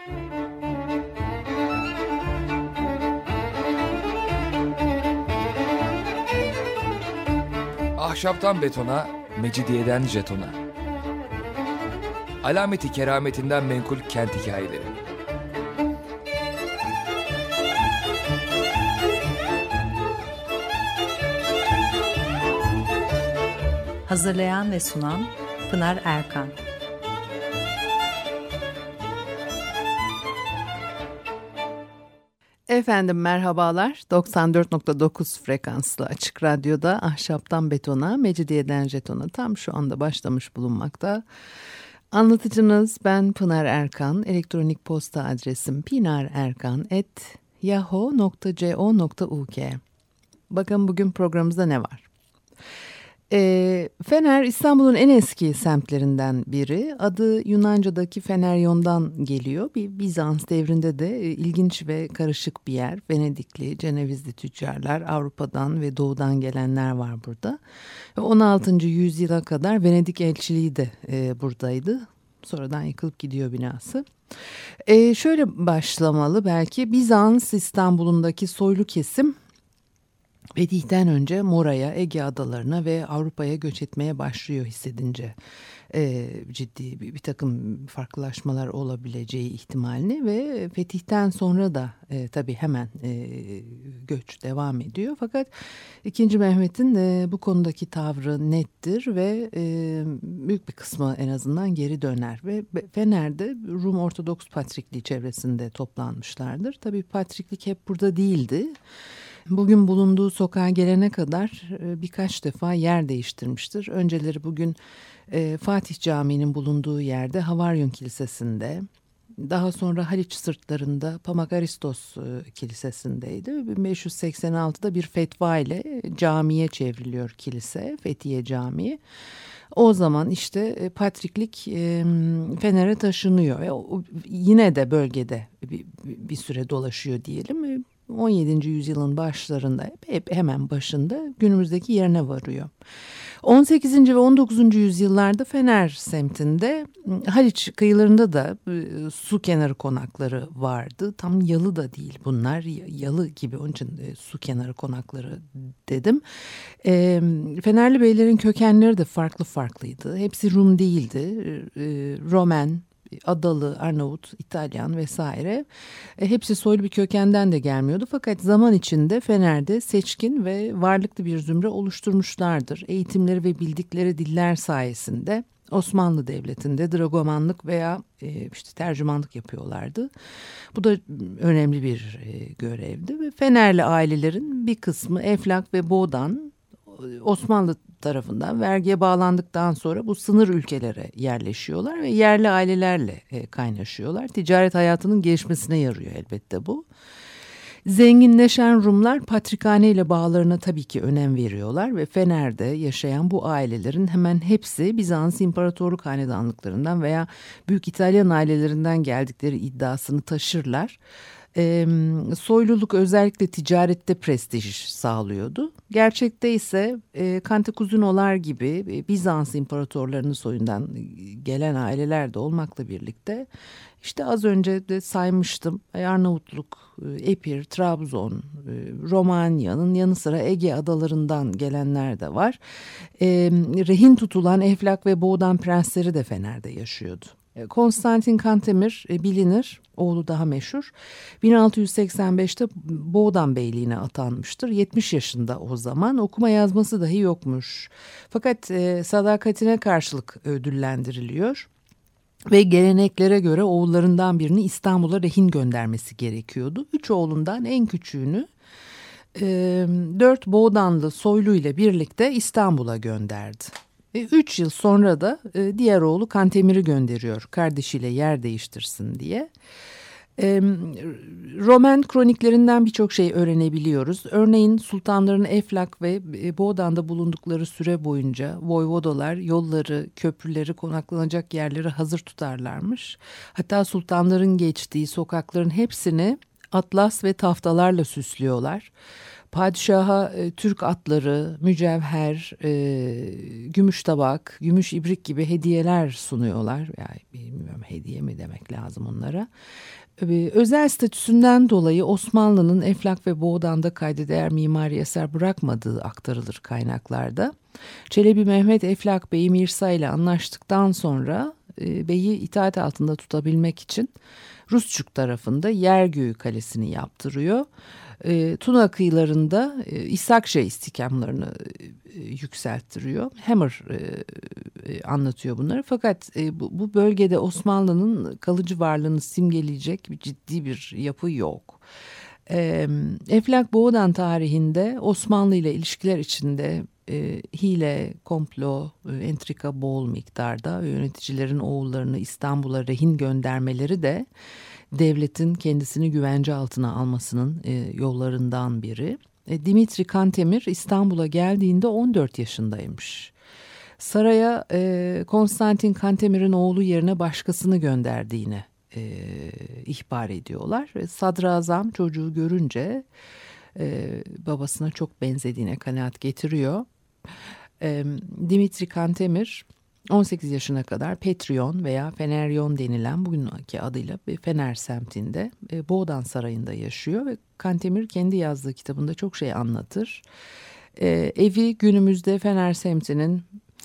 Ahşaptan betona, mecidiyeden jetona. Alameti kerametinden menkul kent hikayeleri. Hazırlayan ve sunan Pınar Erkan. Efendim merhabalar. 94.9 frekanslı Açık Radyo'da Ahşaptan Betona, Mecidiyeden Jetona tam şu anda başlamış bulunmakta. Anlatıcınız ben Pınar Erkan. Elektronik posta adresim pinarerkan@yahoo.co.uk. Bakın bugün programımızda ne var? Fener İstanbul'un en eski semtlerinden biri. Adı Yunanca'daki Feneryon'dan geliyor. Bir Bizans devrinde de ilginç ve karışık bir yer. Venedikli, Cenevizli tüccarlar, Avrupa'dan ve Doğu'dan gelenler var burada. 16. yüzyıla kadar Venedik elçiliği de buradaydı. Sonradan yıkılıp gidiyor binası. Şöyle başlamalı belki. Bizans İstanbul'undaki soylu kesim Venedik'ten önce Mora'ya, Ege adalarına ve Avrupa'ya göç etmeye başlıyor hissedince ciddi bir takım farklılaşmalar olabileceği ihtimalini ve fetihten sonra da tabii hemen göç devam ediyor. Fakat II. Mehmet'in bu konudaki tavrı nettir ve büyük bir kısmı en azından geri döner ve Fener'de Rum Ortodoks Patrikliği çevresinde toplanmışlardır. Tabii Patriklik hep burada değildi. Bugün bulunduğu sokağa gelene kadar birkaç defa yer değiştirmiştir. Önceleri bugün Fatih Camii'nin bulunduğu yerde Havaryon Kilisesi'nde, daha sonra Haliç sırtlarında Pamagaristos Kilisesi'ndeydi. 1586'da bir fetva ile camiye çevriliyor kilise, Fethiye Camii. O zaman işte Patriklik Fener'e taşınıyor. Yine de bölgede bir süre dolaşıyor diyelim. 17. yüzyılın başlarında hep hemen başında günümüzdeki yerine varıyor. 18. ve 19. yüzyıllarda Fener semtinde Haliç kıyılarında da su kenarı konakları vardı. Tam yalı da değil bunlar, yalı gibi, onun için su kenarı konakları dedim. Fenerli beylerin kökenleri de farklıydı. Hepsi Rum değildi. Roman, Adalı, Arnavut, İtalyan vesaire. Hepsi soylu bir kökenden de gelmiyordu. Fakat zaman içinde Fener'de seçkin ve varlıklı bir zümre oluşturmuşlardır. Eğitimleri ve bildikleri diller sayesinde Osmanlı Devleti'nde dragomanlık veya işte tercümanlık yapıyorlardı. Bu da önemli bir görevdi. Ve Fenerli ailelerin bir kısmı Eflak ve Boğdan Osmanlı tarafından vergiye bağlandıktan sonra bu sınır ülkelere yerleşiyorlar ve yerli ailelerle kaynaşıyorlar. Ticaret hayatının gelişmesine yarıyor elbette bu. Zenginleşen Rumlar patrikhane ile bağlarına tabii ki önem veriyorlar ve Fener'de yaşayan bu ailelerin hemen hepsi Bizans İmparatorluk hanedanlıklarından veya Büyük İtalyan ailelerinden geldikleri iddiasını taşırlar. Soyluluk özellikle ticarette prestij sağlıyordu. Gerçekte ise Kantakuzinolar gibi Bizans imparatorlarının soyundan gelen aileler de olmakla birlikte işte az önce de saymıştım, Arnavutluk, Epir, Trabzon, Romanya'nın yanı sıra Ege adalarından gelenler de var. Rehin tutulan Eflak ve Boğdan prensleri de Fener'de yaşıyordu. Konstantin Kantemir bilinir, oğlu daha meşhur. 1685'te Boğdan Beyliğine atanmıştır. 70 yaşında o zaman, okuma yazması dahi yokmuş. Fakat sadakatine karşılık ödüllendiriliyor. Ve geleneklere göre oğullarından birini İstanbul'a rehin göndermesi gerekiyordu. 3 oğlundan en küçüğünü 4 Boğdanlı soylu ile birlikte İstanbul'a gönderdi. 3 yıl sonra da diğer oğlu Kantemir'i gönderiyor kardeşiyle yer değiştirsin diye. Roman kroniklerinden birçok şey öğrenebiliyoruz. Örneğin sultanların Eflak ve Boğdan'da bulundukları süre boyunca voyvodalar yolları, köprüleri, konaklanacak yerleri hazır tutarlarmış. Hatta sultanların geçtiği sokakların hepsini atlas ve taftalarla süslüyorlar. Padişaha Türk atları, mücevher, gümüş tabak, gümüş ibrik gibi hediyeler sunuyorlar. Yani bilmiyorum, hediye mi demek lazım onlara. Özel statüsünden dolayı Osmanlı'nın Eflak ve Boğdan'da kayda değer mimari eser bırakmadığı aktarılır kaynaklarda. Çelebi Mehmet Eflak Bey Mirsa ile anlaştıktan sonra beyi itaat altında tutabilmek için Rusçuk tarafında Yergöğü Kalesi'ni yaptırıyor. Tuna kıyılarında İshakşehir istihkamlarını yükselttiriyor. Hammer anlatıyor bunları. Fakat bu bölgede Osmanlı'nın kalıcı varlığını simgeleyecek ciddi bir yapı yok. Eflak Boğdan tarihinde Osmanlı ile ilişkiler içinde hile, komplo, entrika bol miktarda, yöneticilerin oğullarını İstanbul'a rehin göndermeleri de devletin kendisini güvence altına almasının yollarından biri. Dimitri Kantemir İstanbul'a geldiğinde 14 yaşındaymış. Saraya Konstantin Kantemir'in oğlu yerine başkasını gönderdiğini ihbar ediyorlar. Sadrazam çocuğu görünce babasına çok benzediğine kanaat getiriyor. Dimitri Kantemir 18 yaşına kadar Petryon veya Feneryon denilen bugünkü adıyla Fener semtinde Boğdan Sarayı'nda yaşıyor ve Kantemir kendi yazdığı kitabında çok şey anlatır. Evi günümüzde Fener semtinin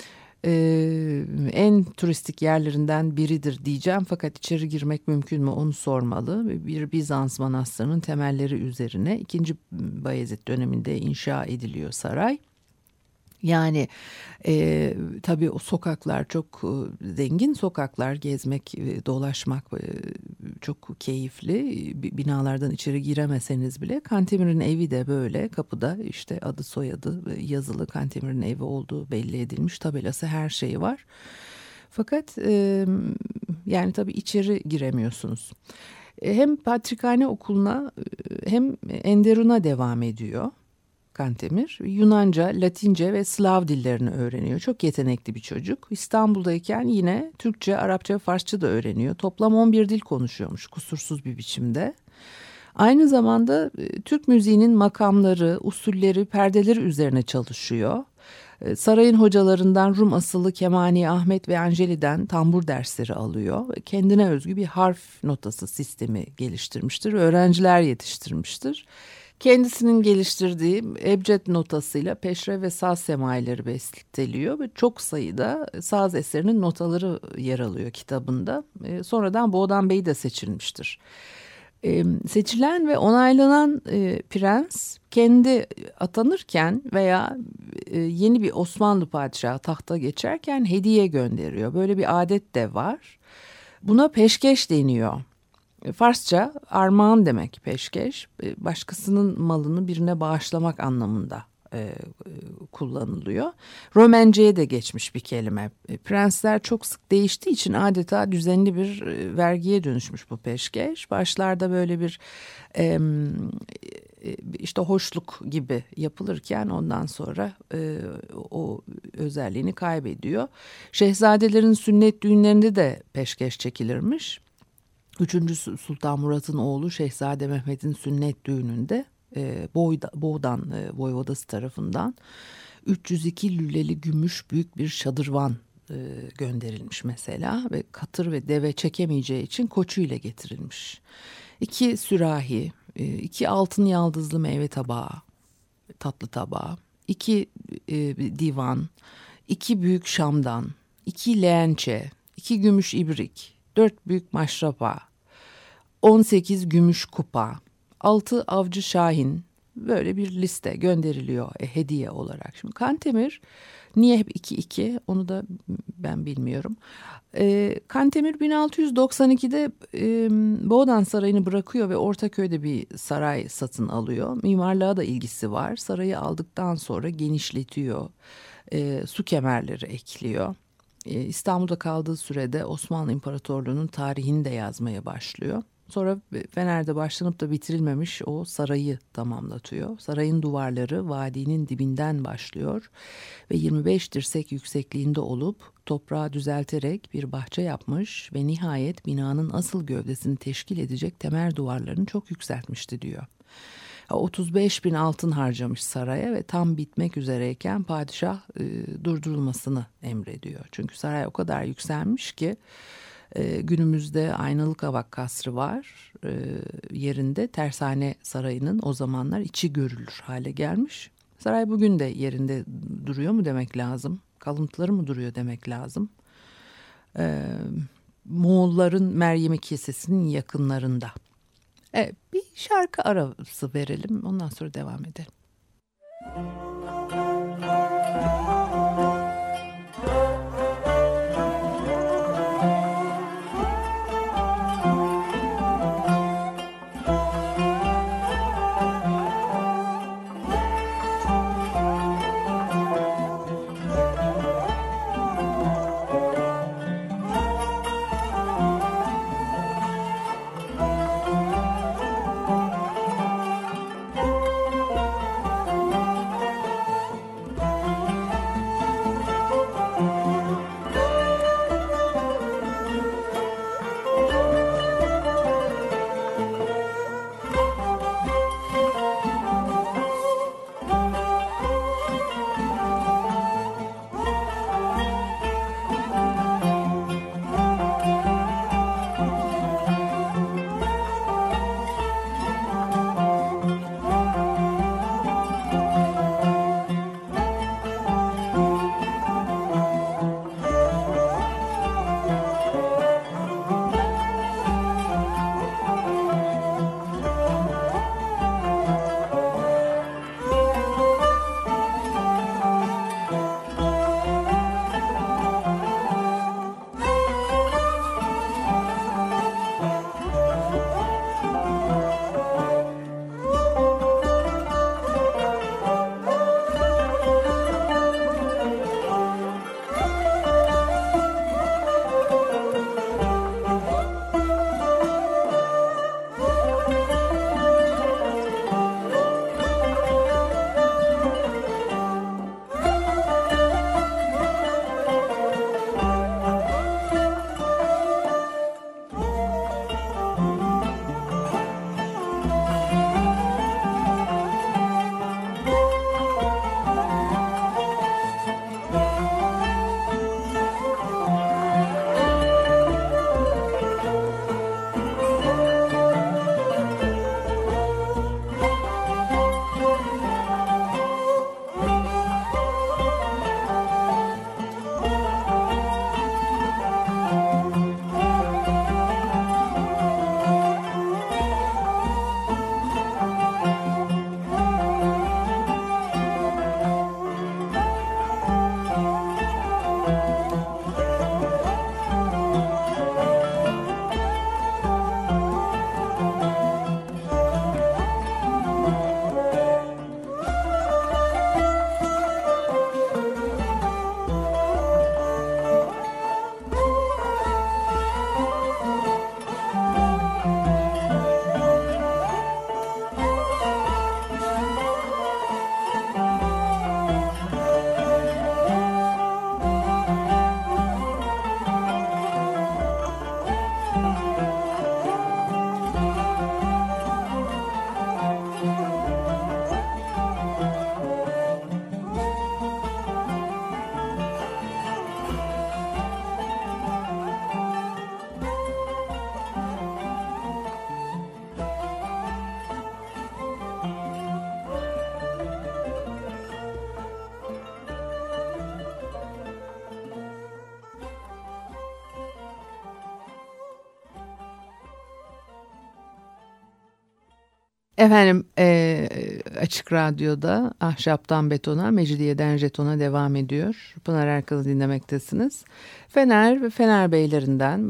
en turistik yerlerinden biridir diyeceğim, fakat içeri girmek mümkün mü onu sormalı. Bir Bizans manastırının temelleri üzerine 2. Bayezid döneminde inşa ediliyor saray. Yani tabii o sokaklar çok zengin sokaklar, gezmek, dolaşmak çok keyifli. Binalardan içeri giremeseniz bile Kantemir'in evi de böyle kapıda işte adı soyadı yazılı, Kantemir'in evi olduğu belli edilmiş, tabelası, her şeyi var. Fakat yani tabii içeri giremiyorsunuz. Hem Patrikhane Okulu'na hem Enderun'a devam ediyor Kantemir. Yunanca, Latince ve Slav dillerini öğreniyor. Çok yetenekli bir çocuk. İstanbul'dayken yine Türkçe, Arapça, Farsça da öğreniyor. Toplam 11 dil konuşuyormuş kusursuz bir biçimde. Aynı zamanda Türk müziğinin makamları, usulleri, perdeleri üzerine çalışıyor. Sarayın hocalarından Rum asıllı Kemani Ahmet ve Angeli'den tambur dersleri alıyor. Kendine özgü bir harf notası sistemi geliştirmiştir. Öğrenciler yetiştirmiştir. Kendisinin geliştirdiği ebced notasıyla peşrev ve saz semaileri besteliyor ve çok sayıda saz eserinin notaları yer alıyor kitabında. Sonradan Boğdan Bey de seçilmiştir. Seçilen ve onaylanan prens kendi atanırken veya yeni bir Osmanlı padişahı tahta geçerken hediye gönderiyor. Böyle bir adet de var. Buna peşkeş deniyor. Farsça armağan demek peşkeş. Başkasının malını birine bağışlamak anlamında kullanılıyor. Romence'ye de geçmiş bir kelime. Prensler çok sık değiştiği için adeta düzenli bir vergiye dönüşmüş bu peşkeş. Başlarda böyle bir işte hoşluk gibi yapılırken ondan sonra o özelliğini kaybediyor. Şehzadelerin sünnet düğünlerinde de peşkeş çekilirmiş. 3. Sultan Murat'ın oğlu Şehzade Mehmet'in sünnet düğününde Boğdan voyvodası tarafından 302 lüleli gümüş büyük bir şadırvan gönderilmiş mesela ve katır ve deve çekemeyeceği için koçuyla getirilmiş. 2 sürahi, 2 altın yaldızlı meyve tabağı, tatlı tabağı, 2 divan, 2 büyük şamdan, 2 leğençe, 2 gümüş ibrik, 4 büyük maşrapa, 18 gümüş kupa, 6 avcı şahin, böyle bir liste gönderiliyor hediye olarak. Şimdi Kantemir niye hep 2-2 onu da ben bilmiyorum. Kantemir 1692'de Boğdan Sarayı'nı bırakıyor ve Ortaköy'de bir saray satın alıyor. Mimarlığa da ilgisi var. Sarayı aldıktan sonra genişletiyor. Su kemerleri ekliyor. İstanbul'da kaldığı sürede Osmanlı İmparatorluğu'nun tarihini de yazmaya başlıyor. Sonra Fener'de başlanıp da bitirilmemiş o sarayı tamamlatıyor. Sarayın duvarları vadinin dibinden başlıyor ve 25 dirsek yüksekliğinde olup toprağı düzelterek bir bahçe yapmış ve nihayet binanın asıl gövdesini teşkil edecek temel duvarlarını çok yükseltmişti diyor. 35 bin altın harcamış saraya ve tam bitmek üzereyken padişah durdurulmasını emrediyor. Çünkü saray o kadar yükselmiş ki günümüzde Aynalıkavak Kasrı var yerinde. Tersane Sarayı'nın o zamanlar içi görülür hale gelmiş. Saray bugün de yerinde duruyor mu demek lazım? Kalıntıları mı duruyor demek lazım? Moğolların Meryem-i Kesesi'nin yakınlarında. Bir şarkı arası verelim, ondan sonra devam edelim. Efendim Açık Radyo'da Ahşaptan Betona, Mecidiyeden Jeton'a devam ediyor. Pınar Erkal'ı dinlemektesiniz. Fener ve Fener Beylerinden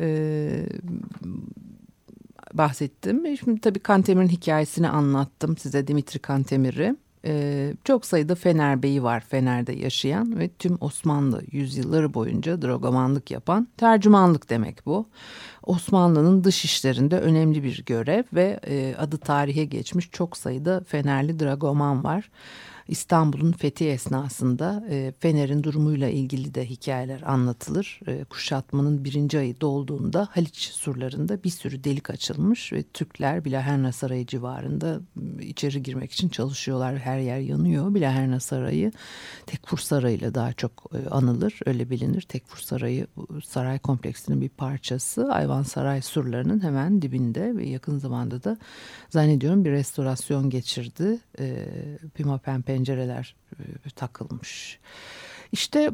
bahsettim. Şimdi tabii Kantemir'in hikayesini anlattım size, Dimitri Kantemir'i. Çok sayıda Fener Bey'i var Fener'de yaşayan ve tüm Osmanlı yüzyılları boyunca dragomanlık yapan, tercümanlık demek bu. Osmanlı'nın dış işlerinde önemli bir görev ve adı tarihe geçmiş çok sayıda Fenerli dragoman var. İstanbul'un fethi esnasında Fener'in durumuyla ilgili de hikayeler anlatılır. Kuşatmanın 1. ayı dolduğunda Haliç surlarında bir sürü delik açılmış ve Türkler Bilaherna Sarayı civarında içeri girmek için çalışıyorlar. Her yer yanıyor. Bilaherna Sarayı Tekfur Sarayı ile daha çok anılır. Öyle bilinir. Tekfur Sarayı saray kompleksinin bir parçası. Ayvansaray surlarının hemen dibinde ve yakın zamanda da zannediyorum bir restorasyon geçirdi. Pimapen pencereler takılmış. İşte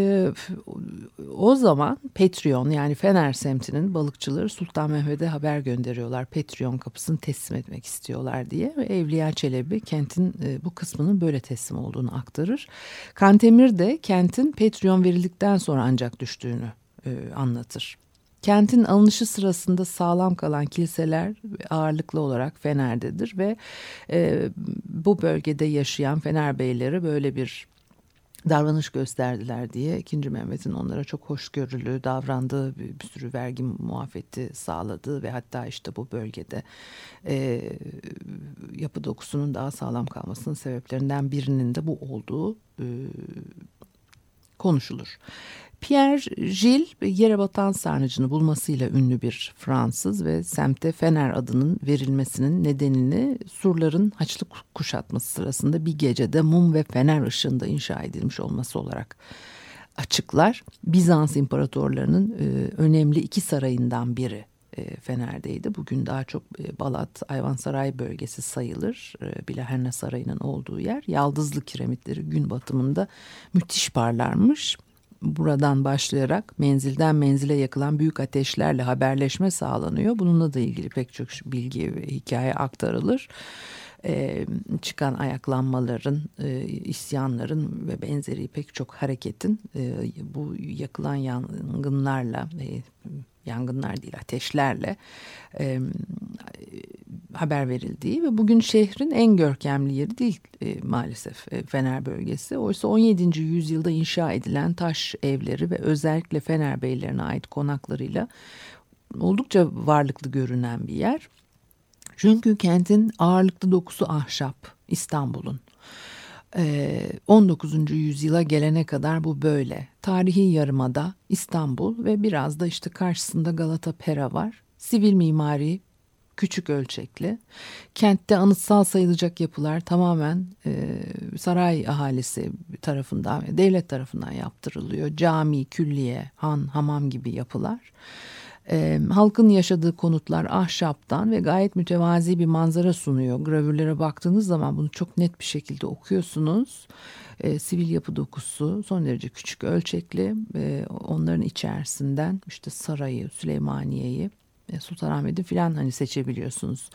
o zaman Petryon, yani Fener semtinin balıkçıları Sultan Mehmet'e haber gönderiyorlar. Petryon kapısını teslim etmek istiyorlar diye. Ve Evliya Çelebi kentin bu kısmının böyle teslim olduğunu aktarır. Kantemir de kentin Petryon verildikten sonra ancak düştüğünü anlatır. Kentin alınışı sırasında sağlam kalan kiliseler ağırlıklı olarak Fener'dedir ve bu bölgede yaşayan Fener beyleri böyle bir davranış gösterdiler diye 2. Mehmet'in onlara çok hoşgörülü davrandığı, bir sürü vergi muafiyeti sağladığı ve hatta işte bu bölgede yapı dokusunun daha sağlam kalmasının sebeplerinden birinin de bu olduğu konuşulur. Pierre Gilles yere batan sarnıcını bulmasıyla ünlü bir Fransız ve semte Fener adının verilmesinin nedenini surların Haçlı kuşatması sırasında bir gecede mum ve fener ışığında inşa edilmiş olması olarak açıklar. Bizans imparatorlarının önemli 2 sarayından biri Fener'deydi. Bugün daha çok Balat, Ayvansaray bölgesi sayılır. Bilaherna Sarayı'nın olduğu yer. Yaldızlı kiremitleri gün batımında müthiş parlarmış. Buradan başlayarak menzilden menzile yakılan büyük ateşlerle haberleşme sağlanıyor. Bununla da ilgili pek çok bilgi ve hikaye aktarılır. Çıkan ayaklanmaların, isyanların ve benzeri pek çok hareketin bu yakılan yangınlarla, yangınlar değil ateşlerle haber verildiği ve bugün şehrin en görkemli yeri değil maalesef Fener bölgesi. Oysa 17. yüzyılda inşa edilen taş evleri ve özellikle Fener beylerine ait konaklarıyla oldukça varlıklı görünen bir yer. Çünkü kentin ağırlıklı dokusu ahşap, İstanbul'un. 19. yüzyıla gelene kadar bu böyle. Tarihi yarımada İstanbul ve biraz da işte karşısında Galata Pera var. Sivil mimari küçük ölçekli. Kentte anıtsal sayılacak yapılar tamamen saray ahalisi tarafından, devlet tarafından yaptırılıyor. Cami, külliye, han, hamam gibi yapılar. Halkın yaşadığı konutlar ahşaptan ve gayet mütevazi bir manzara sunuyor. Gravürlere baktığınız zaman bunu çok net bir şekilde okuyorsunuz. Sivil yapı dokusu son derece küçük ölçekli. Onların içerisinden işte sarayı, Süleymaniye'yi, Sultanahmet'i filan hani seçebiliyorsunuz.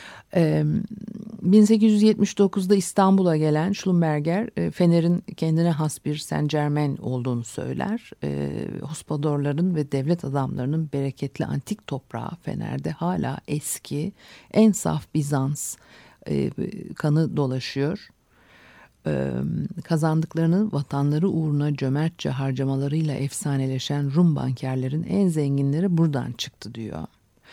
1879'da İstanbul'a gelen Schlumberger Fener'in kendine has bir Saint Germain olduğunu söyler. Hospadorların ve devlet adamlarının bereketli antik toprağı Fener'de hala eski, en saf Bizans kanı dolaşıyor. Kazandıklarını vatanları uğruna cömertçe harcamalarıyla efsaneleşen Rum bankerlerin en zenginleri buradan çıktı diyor.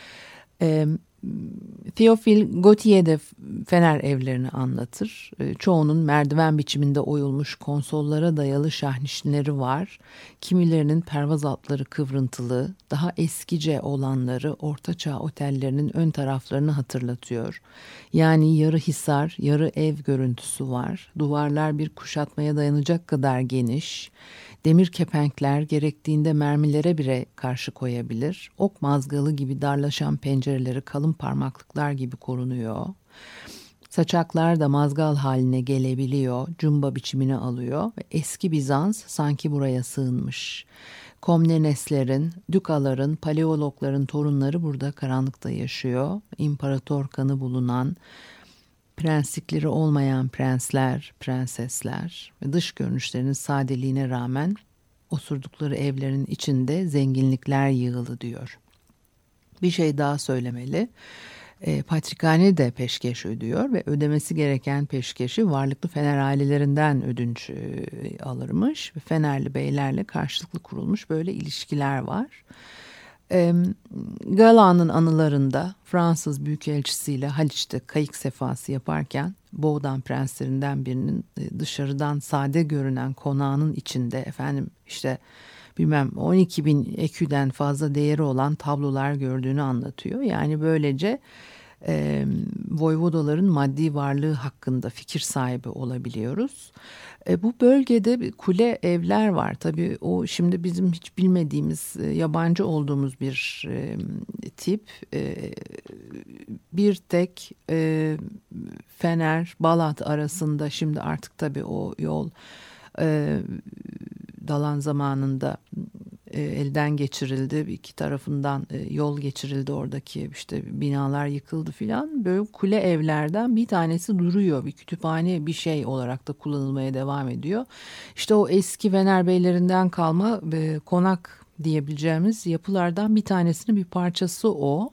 Théophile Gautier de Fener evlerini anlatır. Çoğunun merdiven biçiminde oyulmuş konsollara dayalı şahnişinleri var. Kimilerinin pervaz altları kıvrıntılı, daha eskice olanları ortaçağ otellerinin ön taraflarını hatırlatıyor. Yani yarı hisar, yarı ev görüntüsü var. Duvarlar bir kuşatmaya dayanacak kadar geniş. Demir kepenkler gerektiğinde mermilere bile karşı koyabilir. Ok mazgalı gibi darlaşan pencereleri kalın parmaklıklar gibi korunuyor. Saçaklar da mazgal haline gelebiliyor, cumba biçimini alıyor ve eski Bizans sanki buraya sığınmış. Komneneslerin, dükaların, paleologların torunları burada karanlıkta yaşıyor. İmparator kanı bulunan, prenslikleri olmayan prensler, prensesler ve dış görünüşlerinin sadeliğine rağmen oturdukları evlerin içinde zenginlikler yığılı diyor. Bir şey daha söylemeli. Patrikhane de peşkeş ödüyor ve ödemesi gereken peşkeşi varlıklı Fener ailelerinden ödünç alırmış. Ve Fenerli beylerle karşılıklı kurulmuş böyle ilişkiler var. Gala'nın anılarında Fransız Büyükelçisiyle Haliç'te kayık sefası yaparken Boğdan prenslerinden birinin dışarıdan sade görünen konağının içinde efendim işte bilmem 12 bin eküden fazla değeri olan tablolar gördüğünü anlatıyor. Yani böylece voyvodaların maddi varlığı hakkında fikir sahibi olabiliyoruz. Bu bölgede kule evler var. Tabii o şimdi bizim hiç bilmediğimiz, yabancı olduğumuz bir tip. Bir tek Fener, Balat arasında şimdi artık tabii o yol Dalan zamanında elden geçirildi. İki tarafından yol geçirildi, oradaki işte binalar yıkıldı filan. Böyle kule evlerden bir tanesi duruyor. Bir kütüphane bir şey olarak da kullanılmaya devam ediyor. İşte o eski Vener beylerinden kalma konak diyebileceğimiz yapılardan bir tanesinin bir parçası o.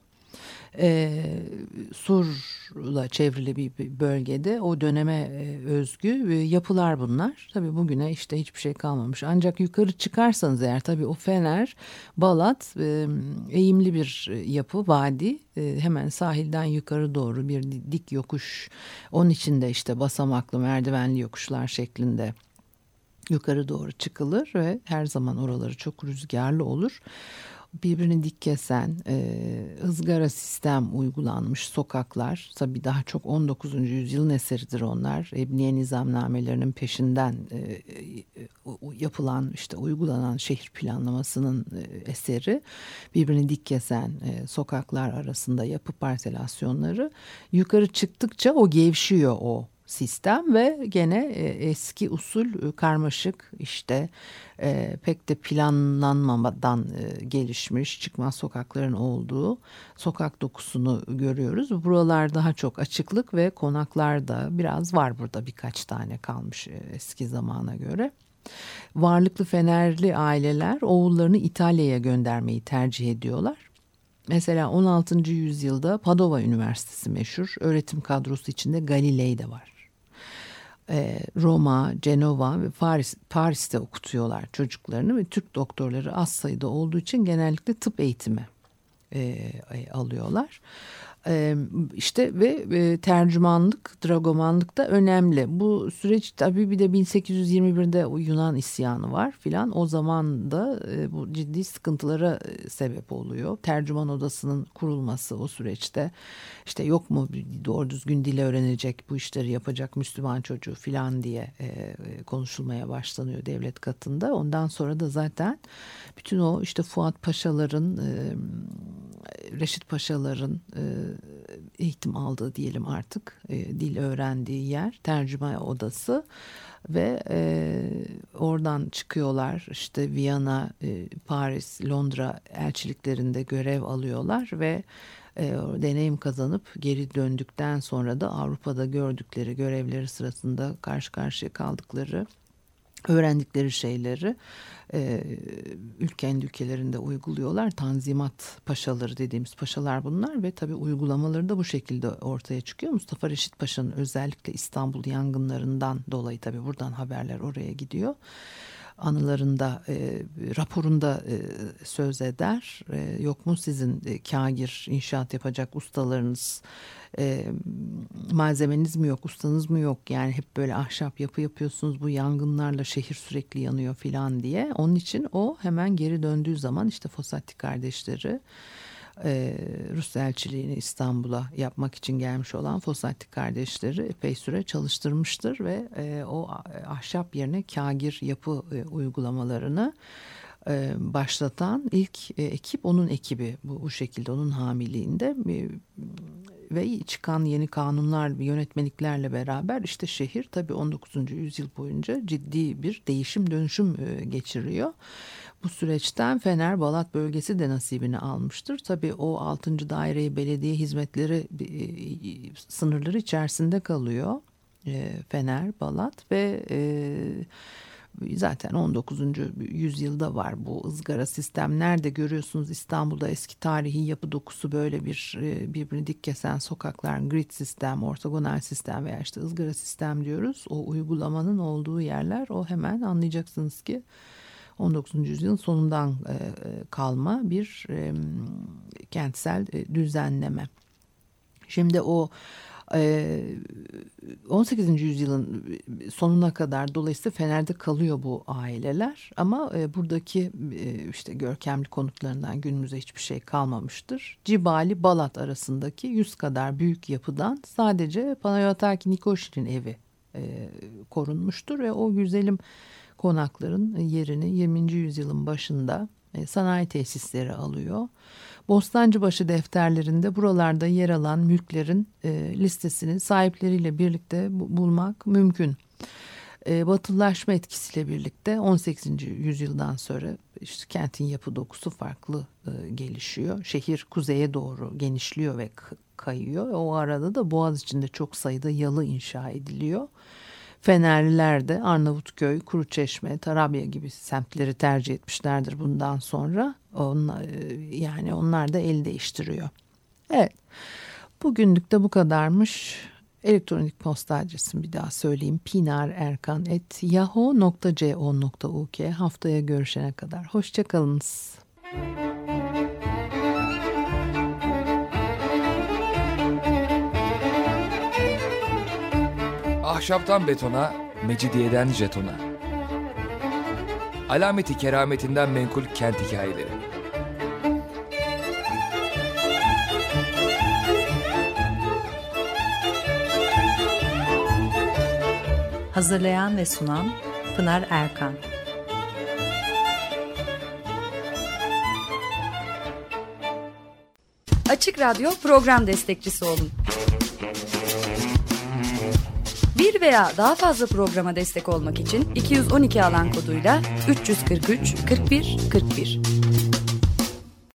Surla çevrili bir bölgede o döneme özgü yapılar bunlar. Tabii bugüne işte hiçbir şey kalmamış. Ancak yukarı çıkarsanız eğer tabii o Fener, Balat eğimli bir yapı, vadi. Hemen sahilden yukarı doğru bir dik yokuş. Onun içinde işte basamaklı, merdivenli yokuşlar şeklinde yukarı doğru çıkılır ve her zaman oraları çok rüzgarlı olur. Birbirini dik kesen ızgara sistem uygulanmış sokaklar, tabii daha çok 19. yüzyılın eseridir onlar. Ebniye nizamnamelerinin peşinden yapılan, işte uygulanan şehir planlamasının eseri. Birbirini dik kesen sokaklar arasında yapı parselasyonları, yukarı çıktıkça o gevşiyor o sistem ve gene eski usul karmaşık, işte pek de planlanmadan gelişmiş çıkmaz sokakların olduğu sokak dokusunu görüyoruz. Buralar daha çok açıklık ve konaklarda biraz var, burada birkaç tane kalmış eski zamana göre. Varlıklı Fenerli aileler oğullarını İtalya'ya göndermeyi tercih ediyorlar. Mesela 16. yüzyılda Padova Üniversitesi meşhur. Öğretim kadrosu içinde Galilei de var. Roma, Cenova ve Paris'te okutuyorlar çocuklarını ve Türk doktorları az sayıda olduğu için genellikle tıp eğitimi alıyorlar. İşte ve tercümanlık, dragomanlık da önemli. Bu süreç tabii bir de 1821'de o Yunan isyanı var filan. O zaman da bu ciddi sıkıntılara sebep oluyor. Tercüman odasının kurulması o süreçte, işte yok mu doğru düzgün dil öğrenecek, bu işleri yapacak Müslüman çocuğu filan diye konuşulmaya başlanıyor devlet katında. Ondan sonra da zaten bütün o işte Fuat Paşaların, Reşit Paşaların eğitim aldığı diyelim artık, dil öğrendiği yer tercüme odası ve oradan çıkıyorlar, işte Viyana, Paris, Londra elçiliklerinde görev alıyorlar ve deneyim kazanıp geri döndükten sonra da Avrupa'da gördükleri görevleri sırasında karşı karşıya kaldıkları, öğrendikleri şeyleri kendi ülkelerinde uyguluyorlar. Tanzimat paşaları dediğimiz paşalar bunlar ve tabii uygulamaları da bu şekilde ortaya çıkıyor. Mustafa Reşit Paşa'nın özellikle İstanbul yangınlarından dolayı tabii buradan haberler oraya gidiyor. Anılarında, raporunda söz eder. Yok mu sizin kâgir, inşaat yapacak ustalarınız, malzemeniz mi yok, ustanız mı yok? Yani hep böyle ahşap yapı yapıyorsunuz, bu yangınlarla şehir sürekli yanıyor filan diye. Onun için o hemen geri döndüğü zaman işte Fossati kardeşleri, Rus elçiliğini İstanbul'a yapmak için gelmiş olan Fossati kardeşleri epey süre çalıştırmıştır ve o ahşap yerine kâgir yapı uygulamalarını başlatan ilk ekip onun ekibi, bu şekilde onun hamiliğinde ve çıkan yeni kanunlar, yönetmeliklerle beraber işte şehir tabii 19. yüzyıl boyunca ciddi bir değişim dönüşüm geçiriyor. Bu süreçten Fener Balat bölgesi de nasibini almıştır. Tabii o 6. daireyi belediye hizmetleri sınırları içerisinde kalıyor Fener Balat ve zaten 19. yüzyılda var bu ızgara sistem. Nerede görüyorsunuz İstanbul'da eski tarihi yapı dokusu, böyle birbirini dik kesen sokaklar, grid sistem, ortogonal sistem veya işte ızgara sistem diyoruz. O uygulamanın olduğu yerler, o hemen anlayacaksınız ki 19. yüzyılın sonundan kalma bir kentsel düzenleme. Şimdi o 18. yüzyılın sonuna kadar dolayısıyla Fener'de kalıyor bu aileler ama buradaki işte görkemli konutlarından günümüze hiçbir şey kalmamıştır. Cibali Balat arasındaki 100 kadar büyük yapıdan sadece Panayotaki Nikoşin'in evi korunmuştur ve o güzelim konakların yerini 20. yüzyılın başında sanayi tesisleri alıyor. Bostancıbaşı defterlerinde buralarda yer alan mülklerin listesini sahipleriyle birlikte bulmak mümkün. Batılılaşma etkisiyle birlikte 18. yüzyıldan sonra işte kentin yapı dokusu farklı gelişiyor. Şehir kuzeye doğru genişliyor ve kayıyor. O arada da Boğaziçi'nde çok sayıda yalı inşa ediliyor. Fenerliler de Arnavutköy, Kuruçeşme, Tarabya gibi semtleri tercih etmişlerdir bundan sonra. Yani onlar da el değiştiriyor. Evet, bugünlük de bu kadarmış. Elektronik posta adresim bir daha söyleyeyim. pinarerkan@yahoo.co.uk. Haftaya görüşene kadar. Hoşçakalınız. Ahşaptan betona, mecidiyeden jetona. Alameti kerametinden menkul kent hikayeleri. Hazırlayan ve sunan Pınar Erkan. Açık Radyo program destekçisi olun. Bir veya daha fazla programa destek olmak için 212 alan koduyla 343 41 41